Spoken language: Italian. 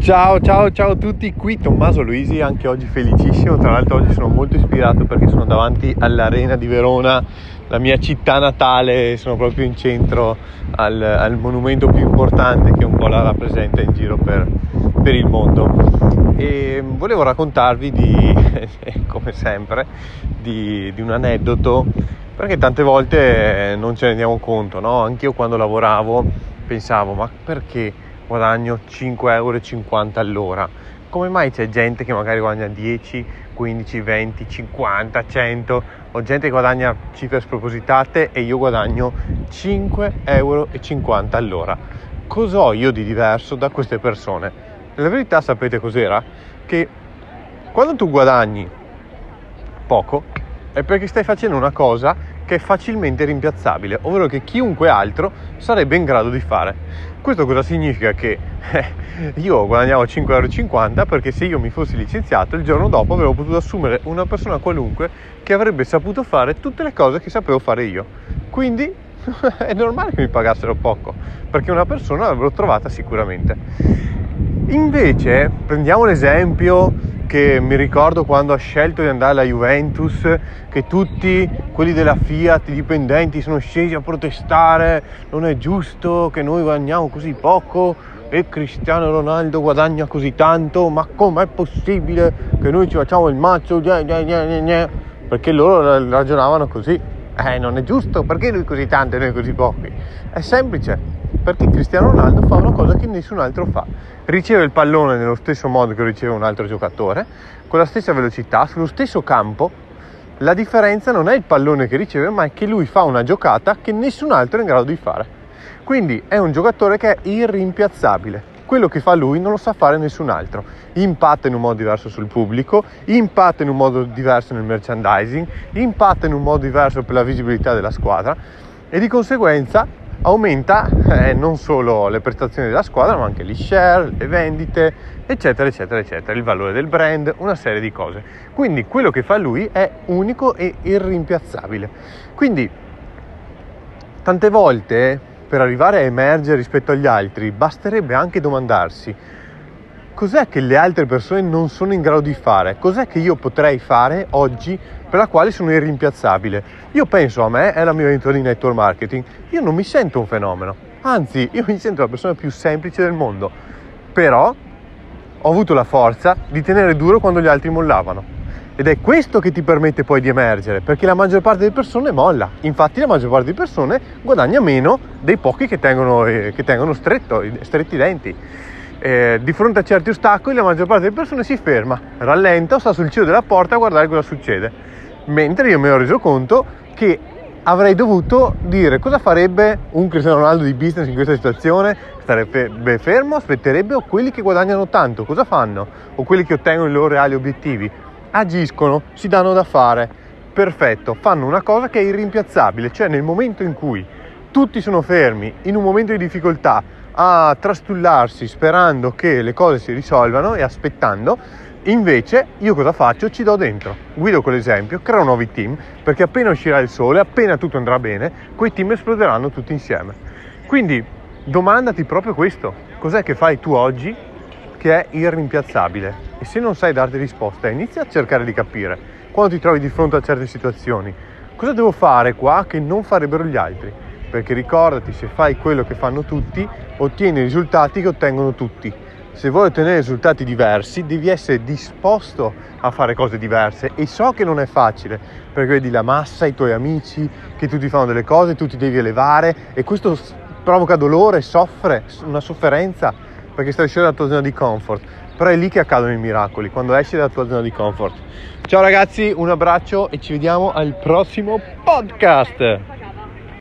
Ciao a tutti, qui Tommaso Luisi, anche oggi felicissimo. Tra l'altro oggi sono molto ispirato perché sono davanti all'Arena di Verona, la mia città natale. Sono proprio in centro al monumento più importante che un po' la rappresenta in giro per il mondo. E volevo raccontarvi come sempre, di un aneddoto, perché tante volte non ce ne rendiamo conto, no? Anch'io quando lavoravo pensavo, ma perché guadagno 5,50 euro all'ora? Come mai c'è gente che magari guadagna 10, 15, 20, 50, 100, o gente che guadagna cifre spropositate e io guadagno 5,50 euro all'ora? Cosa ho io di diverso da queste persone? La verità, sapete cos'era? Che quando tu guadagni poco è perché stai facendo una cosa che è facilmente rimpiazzabile, ovvero che chiunque altro sarebbe in grado di fare. Questo cosa significa? Che io guadagnavo 5,50 euro perché se io mi fossi licenziato il giorno dopo avrei potuto assumere una persona qualunque che avrebbe saputo fare tutte le cose che sapevo fare io. Quindi è normale che mi pagassero poco, perché una persona l'avrebbero trovata sicuramente. Invece prendiamo l'esempio che mi ricordo quando ho scelto di andare alla Juventus, che tutti quelli della Fiat, i dipendenti, sono scesi a protestare: non è giusto che noi guadagniamo così poco e Cristiano Ronaldo guadagna così tanto, ma com'è possibile che noi ci facciamo il mazzo? Perché loro ragionavano così: non è giusto, perché lui così tanto e noi così pochi? È semplice, perché Cristiano Ronaldo fa una cosa che nessun altro fa: riceve il pallone nello stesso modo che riceve un altro giocatore, con la stessa velocità, sullo stesso campo. La differenza non è il pallone che riceve, ma è che lui fa una giocata che nessun altro è in grado di fare. Quindi è un giocatore che è irrimpiazzabile. Quello che fa lui non lo sa fare nessun altro. Impatta in un modo diverso sul pubblico, impatta in un modo diverso nel merchandising, impatta in un modo diverso per la visibilità della squadra, e di conseguenza aumenta non solo le prestazioni della squadra, ma anche gli share, le vendite, eccetera eccetera eccetera, il valore del brand, una serie di cose. Quindi quello che fa lui è unico e irrimpiazzabile. Quindi tante volte, per arrivare a emergere rispetto agli altri, basterebbe anche domandarsi: cos'è che le altre persone non sono in grado di fare? Cos'è che io potrei fare oggi per la quale sono irrimpiazzabile? Io penso a me e alla mia avventura di network marketing. Io non mi sento un fenomeno, anzi io mi sento la persona più semplice del mondo, però ho avuto la forza di tenere duro quando gli altri mollavano, ed è questo che ti permette poi di emergere, perché la maggior parte delle persone molla. Infatti la maggior parte delle persone guadagna meno dei pochi che tengono stretti i denti. Di fronte a certi ostacoli la maggior parte delle persone si ferma, rallenta o sta sul ciglio della porta a guardare cosa succede. Mentre io mi ho reso conto che avrei dovuto dire: cosa farebbe un Cristiano Ronaldo di business in questa situazione? Starebbe fermo, aspetterebbe? O quelli che guadagnano tanto cosa fanno? O quelli che ottengono i loro reali obiettivi? Agiscono, si danno da fare, perfetto, fanno una cosa che è irrimpiazzabile. Cioè, nel momento in cui tutti sono fermi in un momento di difficoltà a trastullarsi sperando che le cose si risolvano e aspettando, invece io cosa faccio? Ci do dentro, guido con l'esempio, creo nuovi team, perché appena uscirà il sole, appena tutto andrà bene, quei team esploderanno tutti insieme. Quindi domandati proprio questo: cos'è che fai tu oggi che è irrimpiazzabile? E se non sai darti risposta, inizia a cercare di capire, quando ti trovi di fronte a certe situazioni, cosa devo fare qua che non farebbero gli altri? Perché ricordati, se fai quello che fanno tutti, ottieni i risultati che ottengono tutti. Se vuoi ottenere risultati diversi, devi essere disposto a fare cose diverse, e so che non è facile, perché vedi la massa, i tuoi amici che tutti fanno delle cose, tu ti devi elevare, e questo provoca dolore, una sofferenza, perché stai uscendo dalla tua zona di comfort. Però è lì che accadono i miracoli, quando esci dalla tua zona di comfort. Ciao ragazzi, un abbraccio e ci vediamo al prossimo podcast.